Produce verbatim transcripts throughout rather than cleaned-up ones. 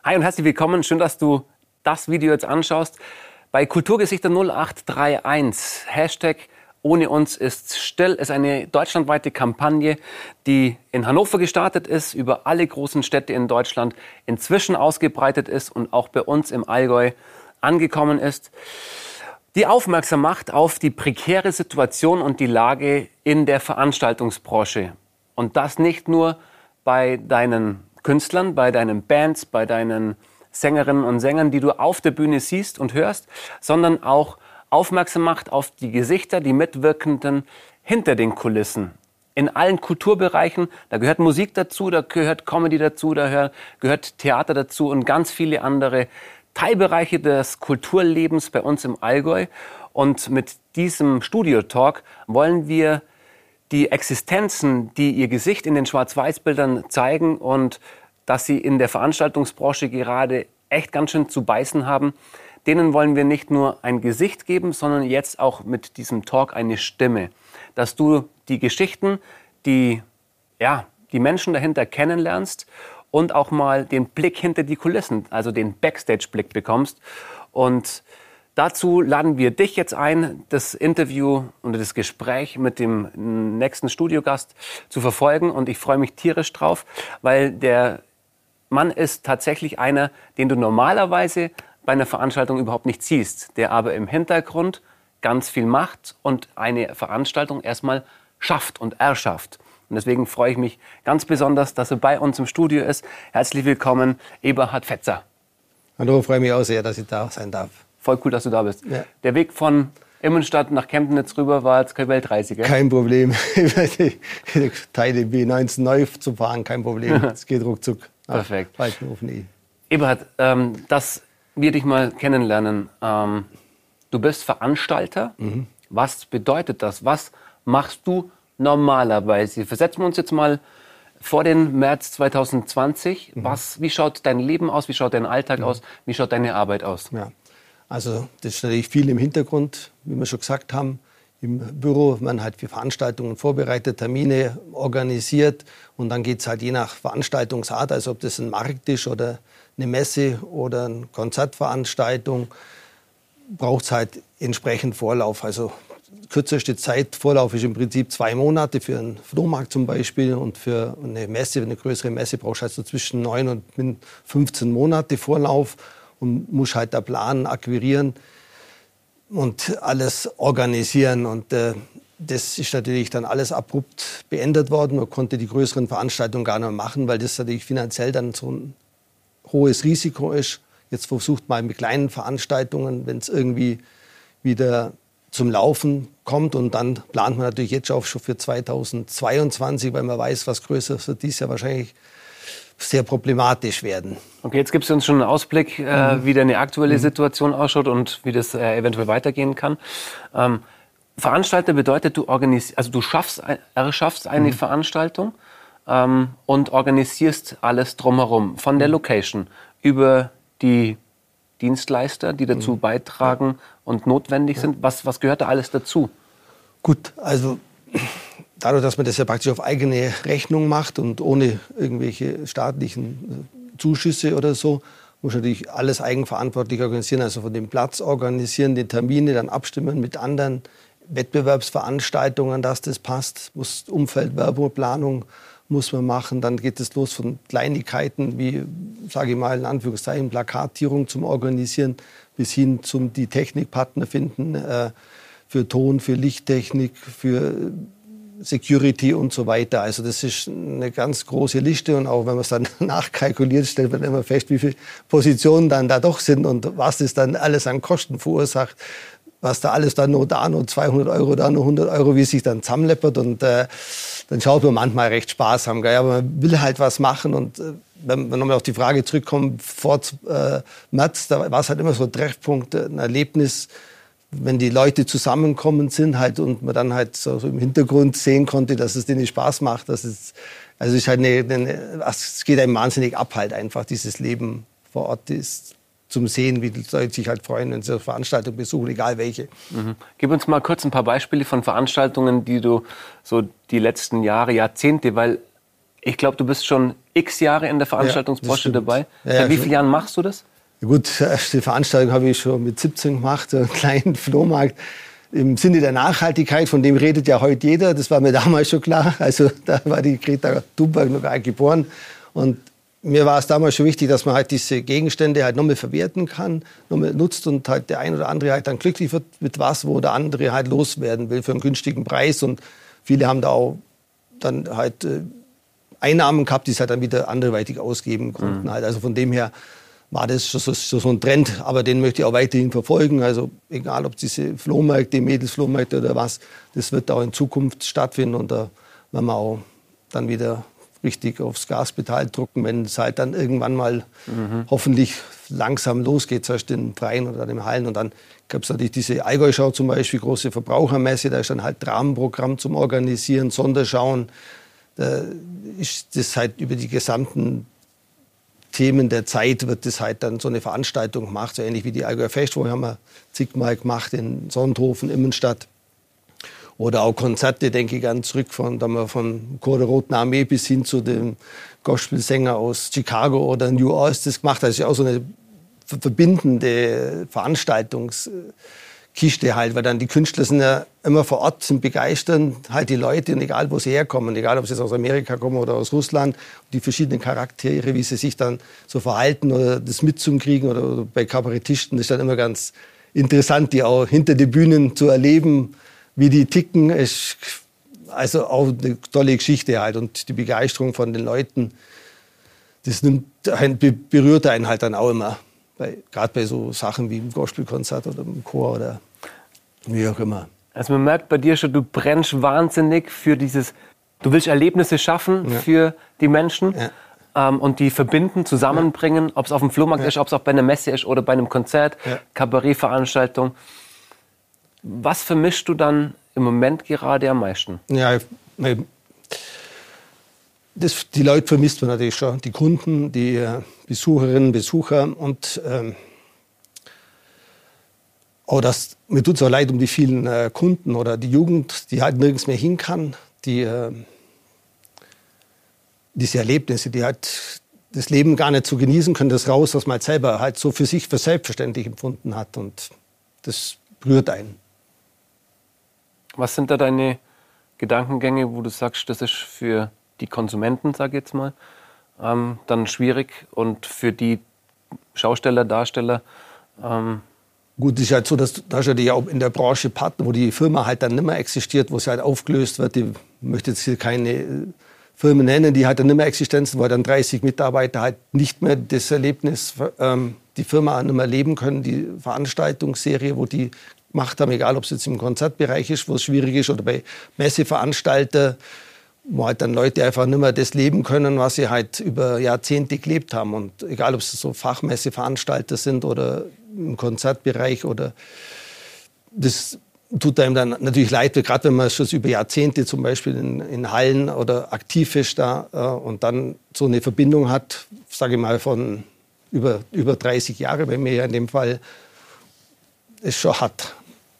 Hi und herzlich willkommen. Schön, dass du das Video jetzt anschaust. Bei Kulturgesichter null acht drei eins, Hashtag Ohne uns ist still, ist eine deutschlandweite Kampagne, die in Hannover gestartet ist, über alle großen Städte in Deutschland inzwischen ausgebreitet ist und auch bei uns im Allgäu angekommen ist, die aufmerksam macht auf die prekäre Situation und die Lage in der Veranstaltungsbranche. Und das nicht nur bei deinen Künstlern, bei deinen Bands, bei deinen Sängerinnen und Sängern, die du auf der Bühne siehst und hörst, sondern auch aufmerksam macht auf die Gesichter, die Mitwirkenden hinter den Kulissen. In allen Kulturbereichen, da gehört Musik dazu, da gehört Comedy dazu, da gehört Theater dazu und ganz viele andere Teilbereiche des Kulturlebens bei uns im Allgäu. Und mit diesem Studio-Talk wollen wir die Existenzen, die ihr Gesicht in den Schwarz-Weiß-Bildern zeigen und dass sie in der Veranstaltungsbranche gerade echt ganz schön zu beißen haben, denen wollen wir nicht nur ein Gesicht geben, sondern jetzt auch mit diesem Talk eine Stimme. Dass du die Geschichten, die, ja, die Menschen dahinter kennenlernst und auch mal den Blick hinter die Kulissen, also den Backstage-Blick bekommst. Und dazu laden wir dich jetzt ein, das Interview und das Gespräch mit dem nächsten Studiogast zu verfolgen. Und ich freue mich tierisch drauf, weil der Mann ist tatsächlich einer, den du normalerweise bei einer Veranstaltung überhaupt nicht siehst, der aber im Hintergrund ganz viel macht und eine Veranstaltung erstmal schafft und erschafft. Und deswegen freue ich mich ganz besonders, dass er bei uns im Studio ist. Herzlich willkommen, Eberhard Fetzer. Hallo, freue mich auch sehr, dass ich da sein darf. Voll cool, dass du da bist. Ja. Der Weg von Immenstadt nach Chemnitz rüber war jetzt keine Weltreise, gell? Kein Problem. Die Teile B neunzehn neu zu fahren, kein Problem. Es geht ruckzuck. Perfekt. Waldenhofen. Eberhard, ähm, dass wir dich mal kennenlernen. Ähm, du bist Veranstalter. Mhm. Was bedeutet das? Was machst du normalerweise? Versetzen wir uns jetzt mal vor den März zwanzig zwanzig. Mhm. Was, wie schaut dein Leben aus? Wie schaut dein Alltag mhm. aus? Wie schaut deine Arbeit aus? Ja. Also das ist natürlich viel im Hintergrund, wie wir schon gesagt haben. Im Büro, man hat für Veranstaltungen vorbereitet, Termine organisiert und dann geht es halt je nach Veranstaltungsart, also ob das ein Markt ist oder eine Messe oder eine Konzertveranstaltung, braucht es halt entsprechend Vorlauf. Also kürzeste Zeit Vorlauf ist im Prinzip zwei Monate für einen Flohmarkt zum Beispiel und für eine Messe, eine größere Messe brauchst du halt so zwischen neun und fünfzehn Monate Vorlauf und musst halt da planen, akquirieren und alles organisieren. Und äh, das ist natürlich dann alles abrupt beendet worden. Man konnte die größeren Veranstaltungen gar nicht mehr machen, weil das natürlich finanziell dann so ein hohes Risiko ist. Jetzt versucht man mit kleinen Veranstaltungen, wenn es irgendwie wieder zum Laufen kommt. Und dann plant man natürlich jetzt auch schon für zweitausendzweiundzwanzig, weil man weiß, was Größeres wird dies Jahr wahrscheinlich sehr problematisch werden. Okay, jetzt gibst du uns schon einen Ausblick, äh, mhm. wie deine aktuelle mhm. Situation ausschaut und wie das äh, eventuell weitergehen kann. Ähm, Veranstalter bedeutet, du organisierst, also du schaffst, erschaffst eine mhm. Veranstaltung ähm, und organisierst alles drumherum, von der Location über die Dienstleister, die dazu mhm. beitragen und notwendig ja. sind. Was, was gehört da alles dazu? Gut, also dadurch, dass man das ja praktisch auf eigene Rechnung macht und ohne irgendwelche staatlichen Zuschüsse oder so, muss man natürlich alles eigenverantwortlich organisieren, also von dem Platz organisieren, die Termine dann abstimmen mit anderen Wettbewerbsveranstaltungen, dass das passt, muss Umfeldwerbeplanung muss man machen, dann geht es los von Kleinigkeiten wie, sage ich mal in Anführungszeichen, Plakatierung zum Organisieren bis hin zum die Technikpartner finden äh, für Ton, für Lichttechnik, für Security und so weiter. Also das ist eine ganz große Liste und auch wenn man es dann nachkalkuliert, stellt man immer fest, wie viele Positionen dann da doch sind und was das dann alles an Kosten verursacht, was da alles dann noch da, noch zweihundert Euro, da noch hundert Euro, wie es sich dann zusammenleppert und äh, dann schaut man manchmal recht sparsam, gell? Aber man will halt was machen und äh, wenn wir nochmal auf die Frage zurückkommen, vor äh, März, da war es halt immer so ein Treffpunkt, ein Erlebnis, wenn die Leute zusammenkommen sind halt und man dann halt so, so im Hintergrund sehen konnte, dass es denen Spaß macht. Dass es, also es, ist halt eine, eine, es geht einem wahnsinnig ab halt einfach, dieses Leben vor Ort ist zum Sehen, wie die Leute sich halt freuen, wenn sie eine Veranstaltung besuchen, egal welche. Mhm. Gib uns mal kurz ein paar Beispiele von Veranstaltungen, die du so die letzten Jahre, Jahrzehnte, weil Ich glaube, du bist schon x Jahre in der Veranstaltungsbranche ja, dabei. Ja, Seit ja, wie vielen Jahren machst du das? Ja, gut, die erste Veranstaltung habe ich schon mit siebzehn gemacht, einen kleinen Flohmarkt. Im Sinne der Nachhaltigkeit, von dem redet ja heute jeder, das war mir damals schon klar. Also da war die Greta Thunberg noch gar nicht geboren. Und mir war es damals schon wichtig, dass man halt diese Gegenstände halt nochmal verwerten kann, nochmal nutzt und halt der ein oder andere halt dann glücklich wird mit was, wo der andere halt loswerden will für einen günstigen Preis. Und viele haben da auch dann halt äh, Einnahmen gehabt, die es halt dann wieder anderweitig ausgeben konnten. Mhm. Halt. Also von dem her war das schon so, so ein Trend, aber den möchte ich auch weiterhin verfolgen. Also egal, ob diese Flohmärkte, Mädelsflohmärkte oder was, das wird auch in Zukunft stattfinden und da werden wir auch dann wieder richtig aufs Gaspedal drucken, wenn es halt dann irgendwann mal mhm. hoffentlich langsam losgeht, zum Beispiel in den Freien oder den Hallen. Und dann gab es natürlich diese Allgäu-Schau zum Beispiel, große Verbrauchermesse, da ist dann halt Rahmenprogramm zum Organisieren, Sonderschauen. Da ist das halt über die gesamten Themen der Zeit wird das halt dann so eine Veranstaltung gemacht, so ähnlich wie die Allgäuer Festwoche haben wir zigmal gemacht in Sonthofen, Immenstadt. Oder auch Konzerte, denke ich ganz zurück, von, da wir von Chor der Roten Armee bis hin zu dem Gospelsänger aus Chicago oder New Orleans das gemacht. Das ist ja auch so eine verbindende Veranstaltungskiste halt, weil dann die Künstler sind ja immer vor Ort, sind begeistern halt die Leute, und egal wo sie herkommen, egal ob sie jetzt aus Amerika kommen oder aus Russland, die verschiedenen Charaktere, wie sie sich dann so verhalten oder das mitzukriegen oder, oder bei Kabarettisten, das ist dann immer ganz interessant, die auch hinter den Bühnen zu erleben, wie die ticken, ist also auch eine tolle Geschichte halt. Und die Begeisterung von den Leuten, das nimmt, berührt einen halt dann auch immer. Gerade bei so Sachen wie im Gospelkonzert oder im Chor oder wie auch immer. Also man merkt bei dir schon, du brennst wahnsinnig für dieses, du willst Erlebnisse schaffen ja. für die Menschen ja. ähm, und die verbinden, zusammenbringen, ja. ob es auf dem Flohmarkt ja. ist, ob es auch bei einer Messe ist oder bei einem Konzert, ja. Kabarettveranstaltung. Was vermischst du dann im Moment gerade am meisten? Ja, das, die Leute vermisst man natürlich schon. Die Kunden, die Besucherinnen, Besucher. Und ähm, auch das, mir tut es auch leid um die vielen äh, Kunden oder die Jugend, die halt nirgends mehr hin kann. Die, äh, diese Erlebnisse, die halt das Leben gar nicht so genießen können, das raus, was man halt selber halt so für sich für selbstverständlich empfunden hat. Und das berührt einen. Was sind da deine Gedankengänge, wo du sagst, das ist für die Konsumenten, sag ich jetzt mal, ähm, dann schwierig und für die Schausteller, Darsteller? Ähm Gut, es ist halt so, dass da schon ja auch in der Branche Partner, wo die Firma halt dann nicht mehr existiert, wo sie halt aufgelöst wird. Ich möchte jetzt hier keine Firmen nennen, die halt dann nicht mehr existent sind, weil dann dreißig Mitarbeiter halt nicht mehr das Erlebnis, ähm, die Firma nicht mehr leben können, die Veranstaltungsserie, wo die gemacht haben, egal ob es jetzt im Konzertbereich ist, wo es schwierig ist, oder bei Messeveranstaltern, wo halt dann Leute einfach nicht mehr das leben können, was sie halt über Jahrzehnte gelebt haben. Und egal, ob es so Fachmesseveranstalter sind oder im Konzertbereich, oder das tut einem dann natürlich leid, gerade wenn man schon über Jahrzehnte zum Beispiel in, in Hallen oder aktiv ist da äh, und dann so eine Verbindung hat, sage ich mal von über, über dreißig Jahre bei mir ja in dem Fall, ist schon hart.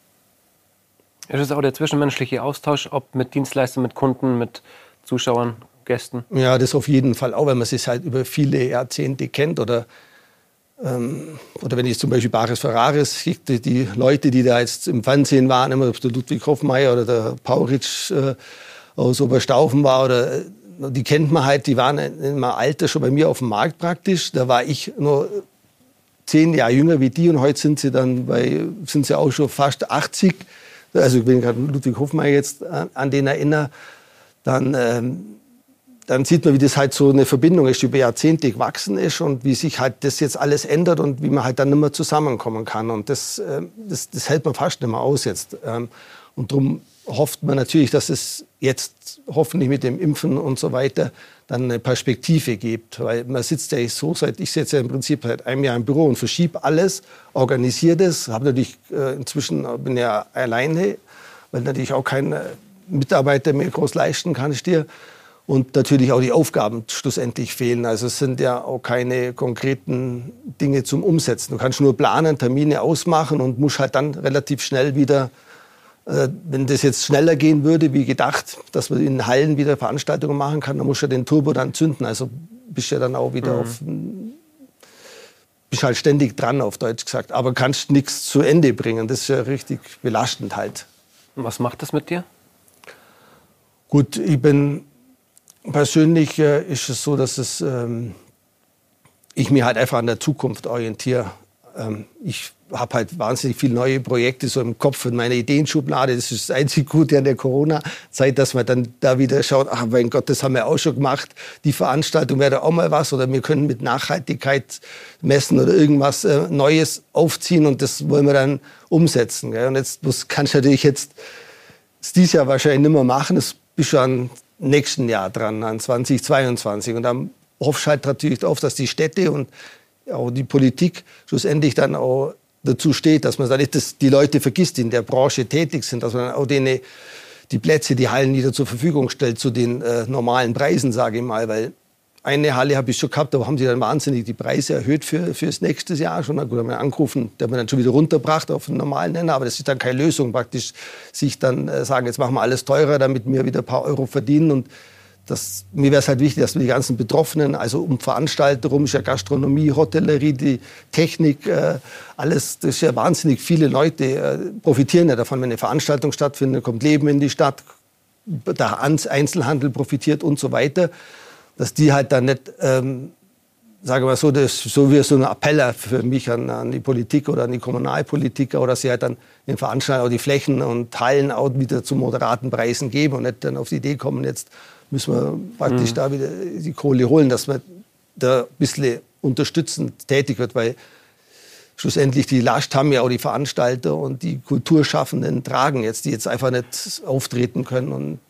Ist es auch der zwischenmenschliche Austausch, ob mit Dienstleistern, mit Kunden, mit Zuschauern, Gästen? Ja, das auf jeden Fall auch, weil man sich halt über viele Jahrzehnte kennt. Oder, ähm, oder wenn ich zum Beispiel Baris Ferraris, die, die Leute, die da jetzt im Fernsehen waren, immer ob der Ludwig Hoffmeier oder der Pauritsch äh, aus Oberstaufen war, oder, die kennt man halt, die waren in meinem Alter schon bei mir auf dem Markt praktisch. Da war ich nur zehn Jahre jünger wie die, und heute sind sie dann bei, sind sie auch schon fast achtzig. Also wenn ich gerade Ludwig Hoffmeier jetzt an, an den erinnere, dann, ähm, dann sieht man, wie das halt so eine Verbindung ist, die über Jahrzehnte gewachsen ist und wie sich halt das jetzt alles ändert und wie man halt dann nicht mehr zusammenkommen kann. Und das, äh, das, das hält man fast nicht mehr aus jetzt. Ähm, und darum hofft man natürlich, dass es jetzt hoffentlich mit dem Impfen und so weiter dann eine Perspektive gibt. Weil man sitzt ja so, seit ich sitze ja im Prinzip seit einem Jahr im Büro und verschiebe alles, organisiere das. Habe natürlich äh, inzwischen bin ja alleine, weil natürlich auch kein äh, Mitarbeiter mehr groß leisten kann ich dir. Und natürlich auch die Aufgaben schlussendlich fehlen. Also es sind ja auch keine konkreten Dinge zum Umsetzen. Du kannst nur planen, Termine ausmachen und musst halt dann relativ schnell wieder Wenn das jetzt schneller gehen würde, wie gedacht, dass man in Hallen wieder Veranstaltungen machen kann, dann muss ja den Turbo dann zünden. Also bist ja dann auch wieder mhm. auf, bist halt ständig dran, auf Deutsch gesagt. Aber kannst nichts zu Ende bringen. Das ist ja richtig belastend halt. Und was macht das mit dir? Gut, ich bin persönlich äh, ist es so, dass es, ähm, ich mich halt einfach an der Zukunft orientiere. Ähm, ich habe halt wahnsinnig viele neue Projekte so im Kopf in meiner Ideenschublade. Das ist das einzige Gute an der Corona-Zeit, dass man dann da wieder schaut, ach mein Gott, das haben wir auch schon gemacht. Die Veranstaltung wäre auch mal was. Oder wir können mit Nachhaltigkeit messen oder irgendwas äh, Neues aufziehen und das wollen wir dann umsetzen. Gell? Und jetzt muss, kannst du natürlich jetzt das dieses Jahr wahrscheinlich nicht mehr machen. Das bist du an nächsten Jahr dran, an zwanzig zweiundzwanzig. Und dann hoffst du halt natürlich darauf, dass die Städte und auch die Politik schlussendlich dann auch dazu steht, dass man da nicht das, die Leute vergisst, die in der Branche tätig sind, dass man auch denen die Plätze, die Hallen wieder zur Verfügung stellt zu den äh, normalen Preisen, sage ich mal. Weil eine Halle habe ich schon gehabt, da haben sie dann wahnsinnig die Preise erhöht für, für das nächste Jahr schon. Gut, haben wir angerufen, der hat man dann schon wieder runtergebracht auf einen normalen Nenner, aber das ist dann keine Lösung, praktisch sich dann äh, sagen, jetzt machen wir alles teurer, damit wir wieder ein paar Euro verdienen. Und das, mir wäre es halt wichtig, dass wir die ganzen Betroffenen, also um Veranstalter rum, ist ja Gastronomie, Hotellerie, die Technik, äh, alles, das ist ja wahnsinnig viele Leute äh, profitieren ja davon, wenn eine Veranstaltung stattfindet, kommt Leben in die Stadt, der Einzelhandel profitiert und so weiter, dass die halt dann nicht, ähm, sagen wir mal so, das so wie so ein Appell für mich an, an die Politik oder an die Kommunalpolitiker, oder dass sie halt dann den Veranstaltern auch die Flächen und Hallen auch wieder zu moderaten Preisen geben und nicht dann auf die Idee kommen, jetzt müssen wir praktisch mhm. da wieder die Kohle holen, dass man da ein bisschen unterstützend tätig wird, weil schlussendlich die Last haben ja auch die Veranstalter und die Kulturschaffenden tragen jetzt, die jetzt einfach nicht auftreten können. Und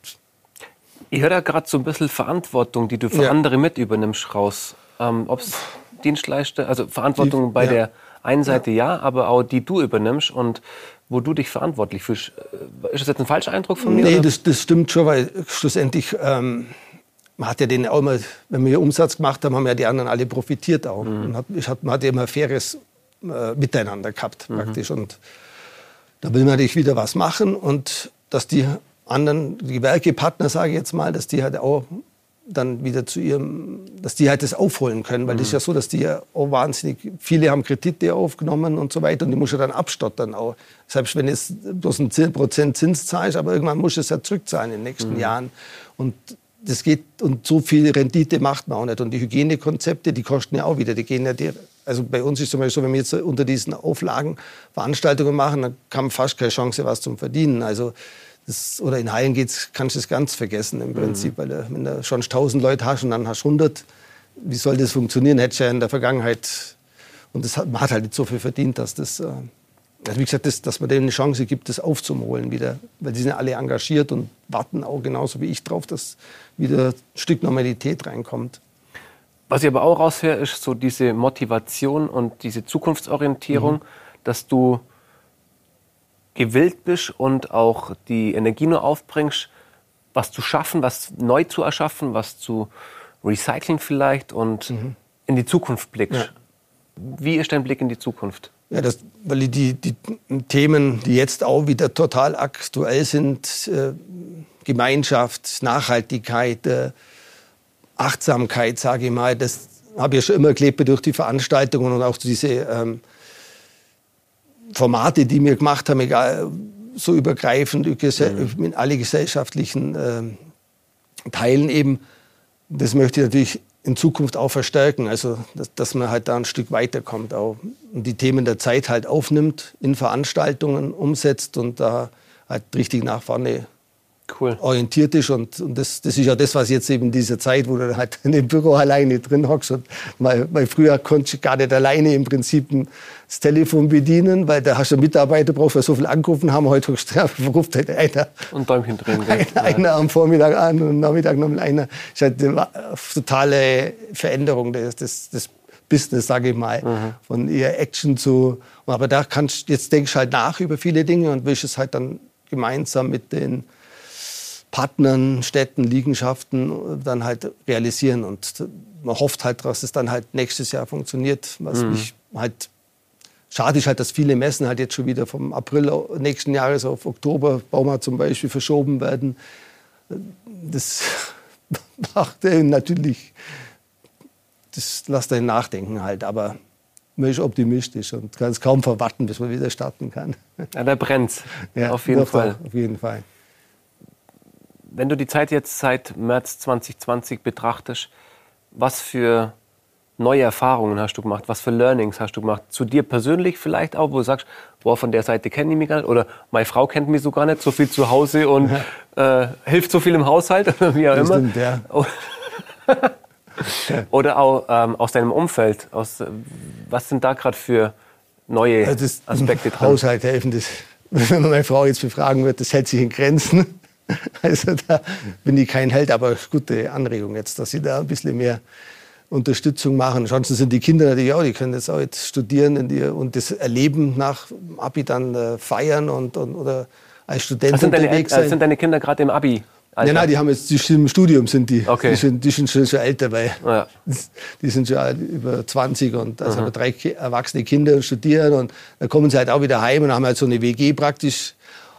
ich höre da gerade so ein bisschen Verantwortung, die du für ja. andere mit übernimmst, raus. Ähm, Ob es Dienstleister, also Verantwortung die, bei ja. der einen Seite ja. ja, aber auch die du übernimmst und wo du dich verantwortlich fühlst. Ist das jetzt ein falscher Eindruck von mir? Nee, das, das stimmt schon, weil schlussendlich, ähm, man hat ja den auch immer, wenn wir Umsatz gemacht haben, haben ja die anderen alle profitiert auch. Mhm. Man, hat, ich hat, man hat ja immer ein faires äh, Miteinander gehabt, mhm. praktisch. Und da will man natürlich wieder was machen und dass die anderen, die Gewerkepartner, sage ich jetzt mal, dass die halt auch dann wieder zu ihrem, dass die halt das aufholen können, weil mhm. das ist ja so, dass die ja auch wahnsinnig, viele haben Kredite aufgenommen und so weiter und die muss ja dann abstottern auch. Selbst wenn es bloß ein zehn Prozent Zins zahlst, aber irgendwann muss es ja zurückzahlen in den nächsten mhm. Jahren. Und das geht, und so viel Rendite macht man auch nicht. Und die Hygienekonzepte, die kosten ja auch wieder, die gehen ja die, also bei uns ist zum Beispiel so, wenn wir jetzt unter diesen Auflagen Veranstaltungen machen, dann kann man fast keine Chance, was zum Verdienen. Also das, oder in Hallen geht's, kannst du das ganz vergessen im Prinzip, mhm. weil wenn du schon tausend Leute hast und dann hast du hundert, wie soll das funktionieren? Hättest du ja in der Vergangenheit, und das hat, man hat halt nicht so viel verdient, dass das, also wie gesagt, das, dass man denen eine Chance gibt, das aufzuholen wieder, weil die sind ja alle engagiert und warten auch genauso wie ich drauf, dass wieder ein Stück Normalität reinkommt. Was ich aber auch raushöre, ist so diese Motivation und diese Zukunftsorientierung, mhm. dass du gewillt bist und auch die Energie nur aufbringst, was zu schaffen, was neu zu erschaffen, was zu recyceln vielleicht und mhm. in die Zukunft blickst. Ja. Wie ist dein Blick in die Zukunft? Ja, das, weil die, die Themen, die jetzt auch wieder total aktuell sind, äh, Gemeinschaft, Nachhaltigkeit, äh, Achtsamkeit, sage ich mal, das habe ich ja schon immer gelebt durch die Veranstaltungen und auch diese ähm, Formate, die wir gemacht haben, egal, so übergreifend mhm. in alle gesellschaftlichen äh, Teilen eben. Das möchte ich natürlich in Zukunft auch verstärken, also dass, dass man halt da ein Stück weiterkommt auch und die Themen der Zeit halt aufnimmt, in Veranstaltungen umsetzt und da halt richtig nach vorne cool. orientiert ist. Und, und das, das ist ja das, was jetzt eben in dieser Zeit, wo du halt in dem Büro alleine drin hockst. Und weil, weil früher konntest du gar nicht alleine im Prinzip das Telefon bedienen, weil da hast du einen Mitarbeiter braucht, weil so viel angerufen haben. Heute ruft halt einer. Und Däumchen drehen. Einer, einer am Vormittag an und am Nachmittag noch mal einer. Das ist halt eine totale Veränderung des, des, des Business, sage ich mal. Mhm. Von eher Action zu. Aber da kannst jetzt denkst du halt nach über viele Dinge und willst es halt dann gemeinsam mit den Partnern, Städten, Liegenschaften dann halt realisieren. Und man hofft halt, dass es dann halt nächstes Jahr funktioniert, was mhm. mich halt Schade ist halt, dass viele Messen halt jetzt schon wieder vom April nächsten Jahres auf Oktober, Bauma zum Beispiel, verschoben werden. Das macht natürlich, das lässt einen nachdenken halt, aber man ist optimistisch und kann es kaum verwarten, bis man wieder starten kann. Ja, da brennt's. Ja, auf jeden Fall. Auf jeden Fall. Wenn du die Zeit jetzt seit März zwanzig zwanzig betrachtest, was für neue Erfahrungen hast du gemacht? Was für Learnings hast du gemacht? Zu dir persönlich vielleicht auch, wo du sagst, boah, von der Seite kenne ich mich gar nicht. Oder meine Frau kennt mich so gar nicht, so viel zu Hause und ja. äh, hilft so viel im Haushalt, oder wie auch das immer. Stimmt, ja. Oder auch ähm, aus deinem Umfeld. Aus, was sind da gerade für neue also das Aspekte drin? Haushalt helfen, das, wenn man meine Frau jetzt befragen wird, das hält sich in Grenzen. Also da bin ich kein Held, aber gute Anregung jetzt, dass sie da ein bisschen mehr Unterstützung machen. Ansonsten sind die Kinder natürlich auch, die können jetzt auch jetzt studieren in die, und das Erleben nach Abi dann äh, feiern und, und, oder als Student also sind unterwegs deine, sein. Sind deine Kinder gerade im Abi? Nein, nein, die haben jetzt, die sind im Studium sind die. Okay. Die sind, die sind schon, schon älter, weil ja. die sind schon über zwanzig und also haben drei erwachsene Kinder und studieren und dann kommen sie halt auch wieder heim und haben halt so eine W G praktisch,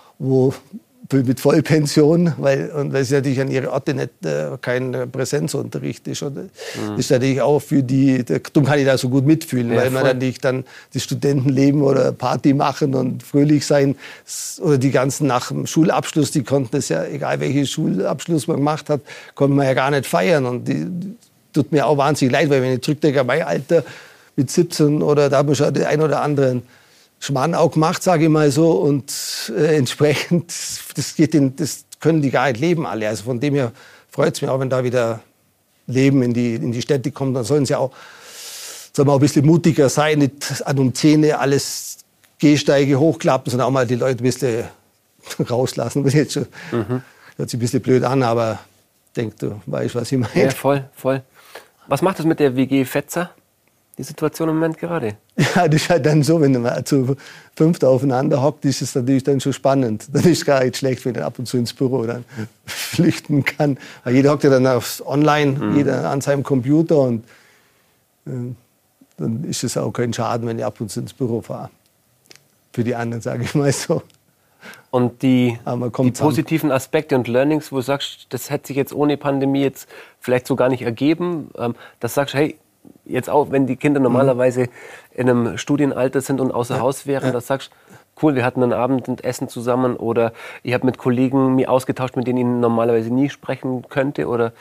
wo mit Vollpension, weil, und weil es natürlich an ihre Orte nicht äh, kein Präsenzunterricht ist. Und mhm. das ist natürlich auch für die, darum kann ich da so gut mitfühlen, ja, weil man dann nicht dann das Studentenleben oder Party machen und fröhlich sein oder die ganzen nach dem Schulabschluss, die konnten das ja, egal welchen Schulabschluss man gemacht hat, konnte man ja gar nicht feiern und die, die tut mir auch wahnsinnig leid, weil wenn ich zurückdenke an mein Alter mit siebzehn oder da hat man schon den ein oder anderen Schmarrn auch gemacht, sage ich mal so, und äh, entsprechend, das, geht in, das können die gar nicht leben alle. Also von dem her freut es mich auch, wenn da wieder Leben in die, in die Städte kommt. Dann sollen sie auch, sollen wir auch ein bisschen mutiger sein, nicht an um zehn alles Gehsteige hochklappen, sondern auch mal die Leute ein bisschen rauslassen. Das jetzt schon, mhm. hört sich ein bisschen blöd an, aber ich denke, du weißt, was ich meine. Ja, voll, voll. Was macht das mit der W G Fetzer? Die Situation im Moment gerade? Ja, das ist halt dann so, wenn man zu fünft aufeinander hockt, ist es natürlich dann schon spannend. Dann ist es gar nicht schlecht, wenn man ab und zu ins Büro dann flüchten kann. Weil jeder hockt ja dann aufs Online, mhm. jeder an seinem Computer und äh, dann ist es auch kein Schaden, wenn ich ab und zu ins Büro fahre. Für die anderen, sage ich mal so. Und die, die positiven Aspekte und Learnings, wo du sagst, das hätte sich jetzt ohne Pandemie jetzt vielleicht so gar nicht ergeben, ähm, dass du sagst, hey, jetzt auch, wenn die Kinder normalerweise in einem Studienalter sind und außer ja, Haus wären, ja. dass du sagst, cool, wir hatten einen Abend und Essen zusammen oder ich habe mit Kollegen mich ausgetauscht, mit denen ich normalerweise nie sprechen könnte, oder?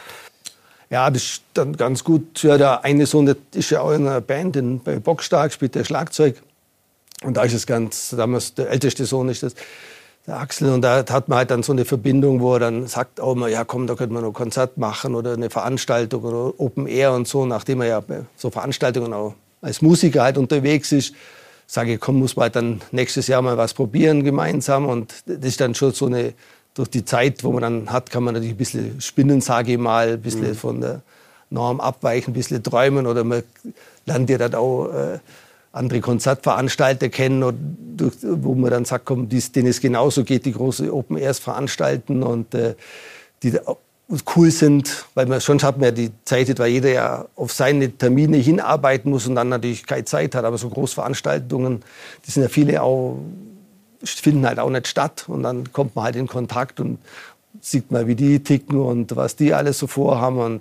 Ja, das ist dann ganz gut. Ja, der eine Sohn, der ist ja auch in einer Band in, bei Bockstark, spielt der Schlagzeug. Und da ist es ganz, damals der älteste Sohn ist das, der Axel. Und da hat man halt dann so eine Verbindung, wo er dann sagt auch mal, ja komm, da könnte man noch ein Konzert machen oder eine Veranstaltung oder Open Air und so. Nachdem er ja bei so Veranstaltungen auch als Musiker halt unterwegs ist, sage ich, komm, muss man halt dann nächstes Jahr mal was probieren gemeinsam. Und das ist dann schon so eine, durch die Zeit, wo man dann hat, kann man natürlich ein bisschen spinnen, sage ich mal, ein bisschen mhm. von der Norm abweichen, ein bisschen träumen oder man lernt ja dann auch äh, andere Konzertveranstalter kennen, und durch, wo man dann sagt, komm, dies, denen es genauso geht, die große Open Airs veranstalten und äh, die cool sind, weil man schon hat man ja die Zeit, weil jeder ja auf seine Termine hinarbeiten muss und dann natürlich keine Zeit hat, aber so Großveranstaltungen, die sind ja viele auch, finden halt auch nicht statt und dann kommt man halt in Kontakt und sieht mal, wie die ticken und was die alles so vorhaben und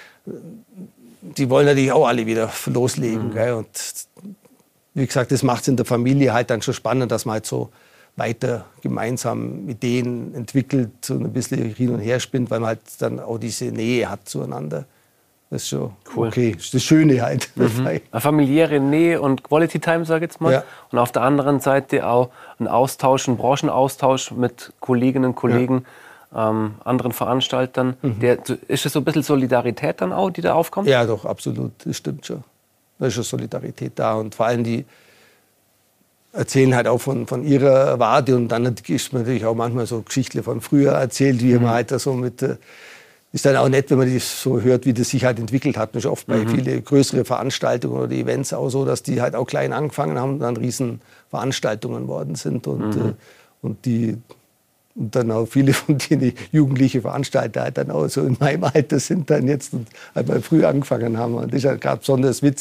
die wollen natürlich auch alle wieder loslegen, mhm. gell? Und wie gesagt, das macht es in der Familie halt dann schon spannend, dass man halt so weiter gemeinsam Ideen entwickelt, so ein bisschen hin und her spinnt, weil man halt dann auch diese Nähe hat zueinander. Das ist schon cool. Okay. Das ist das Schöne halt. Mhm. Eine familiäre Nähe und Quality Time, sage ich jetzt mal. Ja. Und auf der anderen Seite auch ein Austausch, ein Branchenaustausch mit Kolleginnen und Kollegen, ja. ähm, anderen Veranstaltern. Mhm. Der, ist das so ein bisschen Solidarität dann auch, die da aufkommt? Ja, doch, absolut. Das stimmt schon. Da ist schon Solidarität da. Und vor allem die erzählen halt auch von, von ihrer Warte. Und dann ist man natürlich auch manchmal so Geschichten von früher erzählt, wie mhm. man halt da so mit... Ist dann auch nett, wenn man das so hört, wie das sich halt entwickelt hat. Das ist oft bei mhm. vielen größeren Veranstaltungen oder Events auch so, dass die halt auch klein angefangen haben und dann riesen Veranstaltungen worden sind. Und, mhm. äh, und, die, und dann auch viele von denen jugendliche Veranstalter halt dann auch so in meinem Alter sind dann jetzt und halt mal früh angefangen haben. Und das ist halt gerade besonders witzig.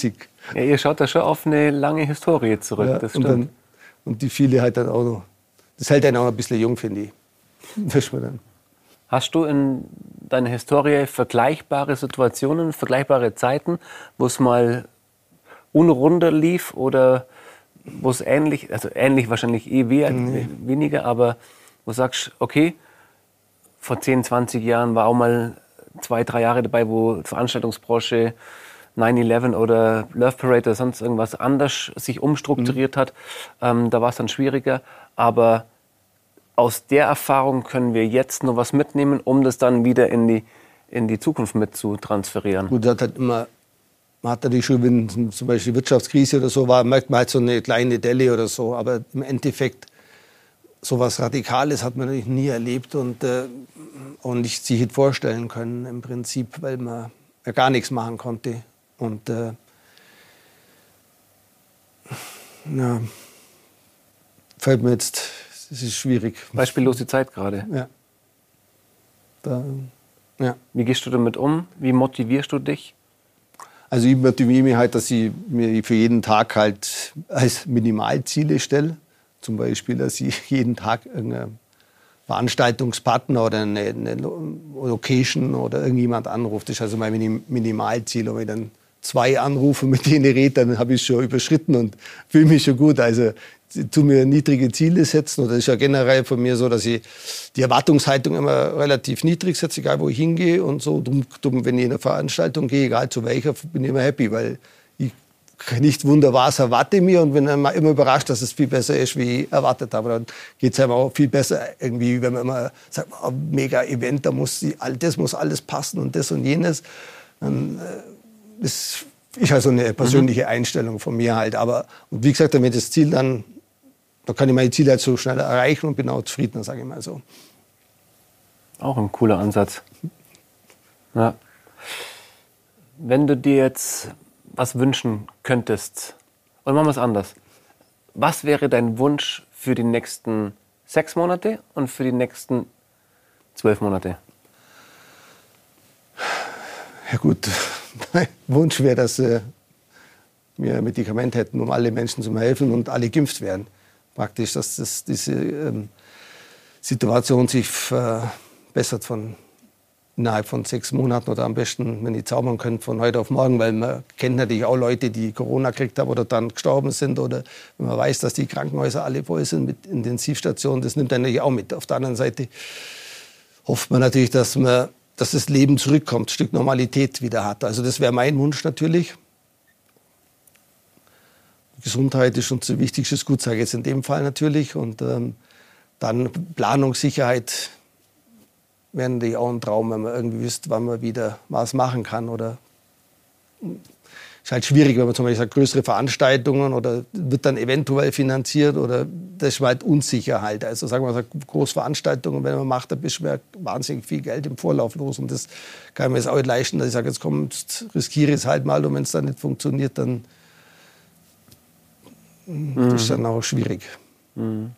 Ja, ihr schaut da schon auf eine lange Historie zurück, Ja, das und, stimmt. dann, und die viele halt dann auch noch. Das hält einen auch ein bisschen jung, finde ich. Das ist mir dann. Hast du in deiner Historie vergleichbare Situationen, vergleichbare Zeiten, wo es mal unrunder lief oder wo es ähnlich, also ähnlich wahrscheinlich eh we Nee. weniger, aber wo du sagst, okay, vor zehn, zwanzig Jahren war auch mal zwei, drei Jahre dabei, wo die Veranstaltungsbranche neun elf oder Love Parade oder sonst irgendwas anders sich umstrukturiert hat. Ähm, da war es dann schwieriger, aber aus der Erfahrung können wir jetzt noch was mitnehmen, um das dann wieder in die, in die Zukunft mit zu transferieren. Gut, das hat halt immer, man hat natürlich schon, wenn zum Beispiel Wirtschaftskrise oder so war, merkt man halt so eine kleine Delle oder so. Aber im Endeffekt, so was Radikales hat man natürlich nie erlebt und äh, auch nicht sich hätte vorstellen können im Prinzip, weil man ja gar nichts machen konnte. Und äh, ja, fällt mir jetzt, es ist schwierig. Beispiellose Zeit gerade. Ja. Da, ja. Wie gehst du damit um? Wie motivierst du dich? Also ich motiviere mich halt, dass ich mir für jeden Tag halt als Minimalziele stelle. Zum Beispiel, dass ich jeden Tag irgendeinen Veranstaltungspartner oder eine, eine Location oder irgendjemand anruft. Das ist also mein Minim Minimalziel. Und wenn ich dann zwei anrufe, mit denen ich rede, dann habe ich es schon überschritten und fühle mich schon gut. Also ich tue mir niedrige Ziele setzen. Oder das ist ja generell von mir so, dass ich die Erwartungshaltung immer relativ niedrig setze, egal wo ich hingehe und so. Drum, drum, wenn ich in eine Veranstaltung gehe, egal zu welcher, bin ich immer happy, weil ich nicht wunderbar was erwarte mir und bin immer überrascht, dass es viel besser ist, wie ich erwartet habe. Dann geht es einem auch viel besser, irgendwie, wenn man immer sagt, oh, mega Event, da muss die, das muss alles passen und das und jenes. Dann, äh, das ist also eine persönliche mhm. Einstellung von mir halt. Aber und wie gesagt, damit das Ziel dann, da kann ich meine Ziele halt so schnell erreichen und bin auch zufrieden, sage ich mal so. Auch ein cooler Ansatz. Ja. Wenn du dir jetzt was wünschen könntest, oder machen wir es anders. Was wäre dein Wunsch für die nächsten sechs Monate und für die nächsten zwölf Monate? Ja gut, mein Wunsch wäre, dass äh, wir ein Medikament hätten, um alle Menschen zu helfen und alle geimpft werden. Praktisch, dass das, diese ähm, Situation sich verbessert von innerhalb von sechs Monaten oder am besten, wenn ich zaubern könnte, von heute auf morgen, weil man kennt natürlich auch Leute, die Corona gekriegt haben oder dann gestorben sind oder wenn man weiß, dass die Krankenhäuser alle voll sind mit Intensivstationen, das nimmt einen natürlich auch mit. Auf der anderen Seite hofft man natürlich, dass man, dass das Leben zurückkommt, ein Stück Normalität wieder hat. Also das wäre mein Wunsch natürlich. Gesundheit ist unser wichtigstes Gut, sage ich jetzt in dem Fall natürlich. Und ähm, dann Planungssicherheit wäre natürlich auch ein Traum, wenn man irgendwie wüsste, wann man wieder was machen kann. Oder ist halt schwierig, wenn man zum Beispiel sagt, größere Veranstaltungen oder wird dann eventuell finanziert oder das ist halt Unsicherheit. Also sagen wir mal, Großveranstaltungen, wenn man macht, da bist du wahnsinnig viel Geld im Vorlauf los und das kann ich mir jetzt auch nicht leisten, dass ich sage, jetzt komm, jetzt riskiere ich es halt mal und wenn es dann nicht funktioniert, dann mhm. das ist dann auch schwierig. Mhm.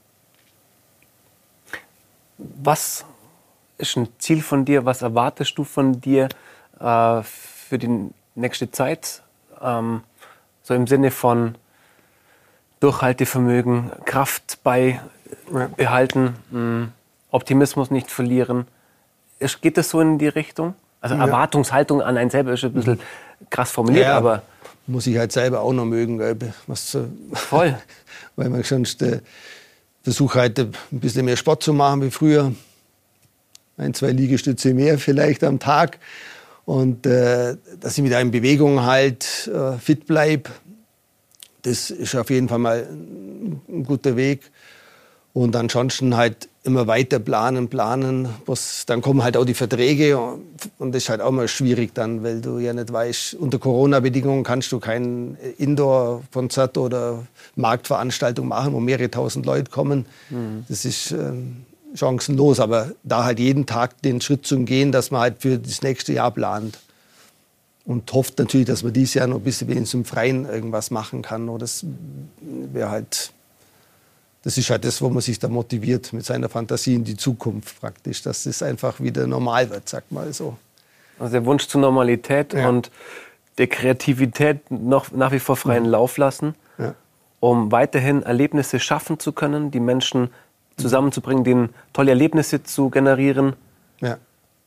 Was ist ein Ziel von dir? Was erwartest du von dir äh, für die nächste Zeit? Ähm, so im Sinne von Durchhaltevermögen, Kraft bei behalten, mh, Optimismus nicht verlieren. Ist, geht das so in die Richtung? Also ja. Erwartungshaltung an einen selber ist ein bisschen krass formuliert, ja, aber muss ich halt selber auch noch mögen, was voll, weil man sonst äh, versuche halt ein bisschen mehr Sport zu machen wie früher. Ein, zwei Liegestütze mehr vielleicht am Tag. Und äh, dass ich mit einer Bewegung halt äh, fit bleibe, das ist auf jeden Fall mal ein, ein guter Weg. Und ansonsten halt immer weiter planen, planen. Was, dann kommen halt auch die Verträge und das ist halt auch mal schwierig dann, weil du ja nicht weißt, unter Corona-Bedingungen kannst du kein Indoor-Konzert oder Marktveranstaltung machen, wo mehrere tausend Leute kommen. Mhm. Das ist ähm, chancenlos, aber da halt jeden Tag den Schritt zu gehen, dass man halt für das nächste Jahr plant. Und hofft natürlich, dass man dieses Jahr noch ein bisschen wenigstens im Freien irgendwas machen kann. Oder das wäre halt, das ist halt das, wo man sich da motiviert mit seiner Fantasie in die Zukunft praktisch, dass es einfach wieder normal wird, sagt mal so. Also der Wunsch zur Normalität ja. und der Kreativität noch nach wie vor freien Lauf lassen, Ja. um weiterhin Erlebnisse schaffen zu können, die Menschen zusammenzubringen, denen tolle Erlebnisse zu generieren, Ja.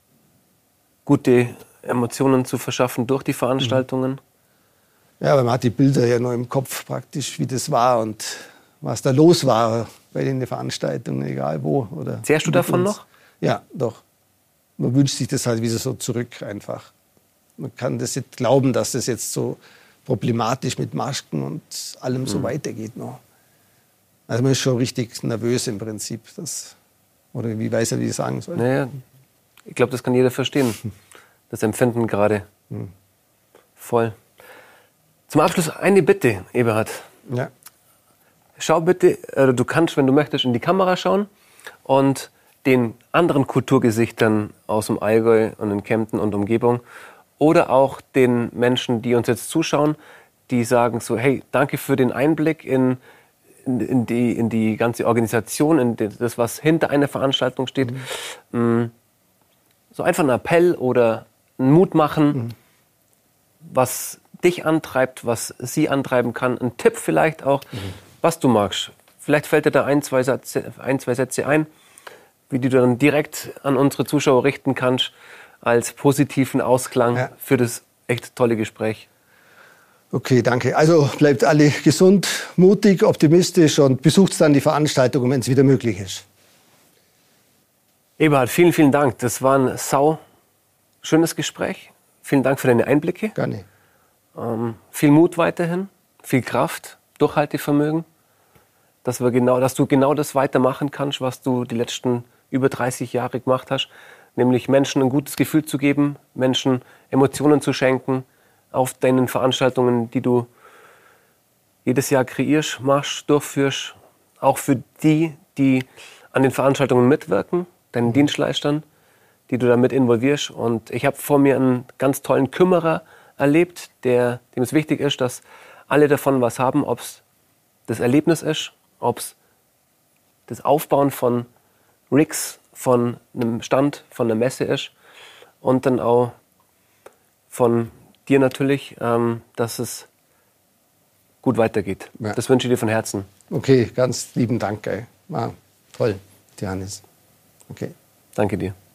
gute Emotionen zu verschaffen durch die Veranstaltungen. Ja, aber man hat die Bilder ja noch im Kopf praktisch, wie das war und was da los war bei den Veranstaltungen, egal wo. Oder Zehrst du davon noch? Ja, doch. Man wünscht sich das halt wieder so zurück einfach. Man kann das nicht glauben, dass das jetzt so problematisch mit Masken und allem so weitergeht noch. Also man ist schon richtig nervös im Prinzip. Das, oder wie weiß er, wie ich sagen soll. Naja, ich glaube, das kann jeder verstehen. Das Empfinden gerade. Voll. Zum Abschluss eine Bitte, Eberhard. Ja. Schau bitte, äh, du kannst, wenn du möchtest, in die Kamera schauen und den anderen Kulturgesichtern aus dem Allgäu und in Kempten und Umgebung oder auch den Menschen, die uns jetzt zuschauen, die sagen so, hey, danke für den Einblick in, in, in, die, in die ganze Organisation, in das, was hinter einer Veranstaltung steht. Mhm. So einfach ein Appell oder einen Mut machen, mhm. was dich antreibt, was sie antreiben kann. Ein Tipp vielleicht auch, mhm. was du magst. Vielleicht fällt dir da ein, zwei Sätze, ein, zwei Sätze ein, wie du dann direkt an unsere Zuschauer richten kannst, als positiven Ausklang ja. für das echt tolle Gespräch. Okay, danke. Also bleibt alle gesund, mutig, optimistisch und besucht dann die Veranstaltung, wenn es wieder möglich ist. Eberhard, vielen, vielen Dank. Das war ein sau schönes Gespräch. Vielen Dank für deine Einblicke. Gerne. Ähm, viel Mut weiterhin, viel Kraft, Durchhaltevermögen, dass, wir genau, dass du genau das weitermachen kannst, was du die letzten über dreißig Jahre gemacht hast, nämlich Menschen ein gutes Gefühl zu geben, Menschen Emotionen zu schenken auf deinen Veranstaltungen, die du jedes Jahr kreierst, machst, durchführst, auch für die, die an den Veranstaltungen mitwirken, deinen Dienstleistern, die du damit involvierst. Und ich habe vor mir einen ganz tollen Kümmerer erlebt, der, dem es wichtig ist, dass alle davon was haben, ob es das Erlebnis ist, ob es das Aufbauen von Rigs, von einem Stand, von einer Messe ist und dann auch von dir natürlich, ähm, dass es gut weitergeht. Ja. Das wünsche ich dir von Herzen. Okay, ganz lieben Dank. Ey. War toll, Johannes. Okay. Danke dir.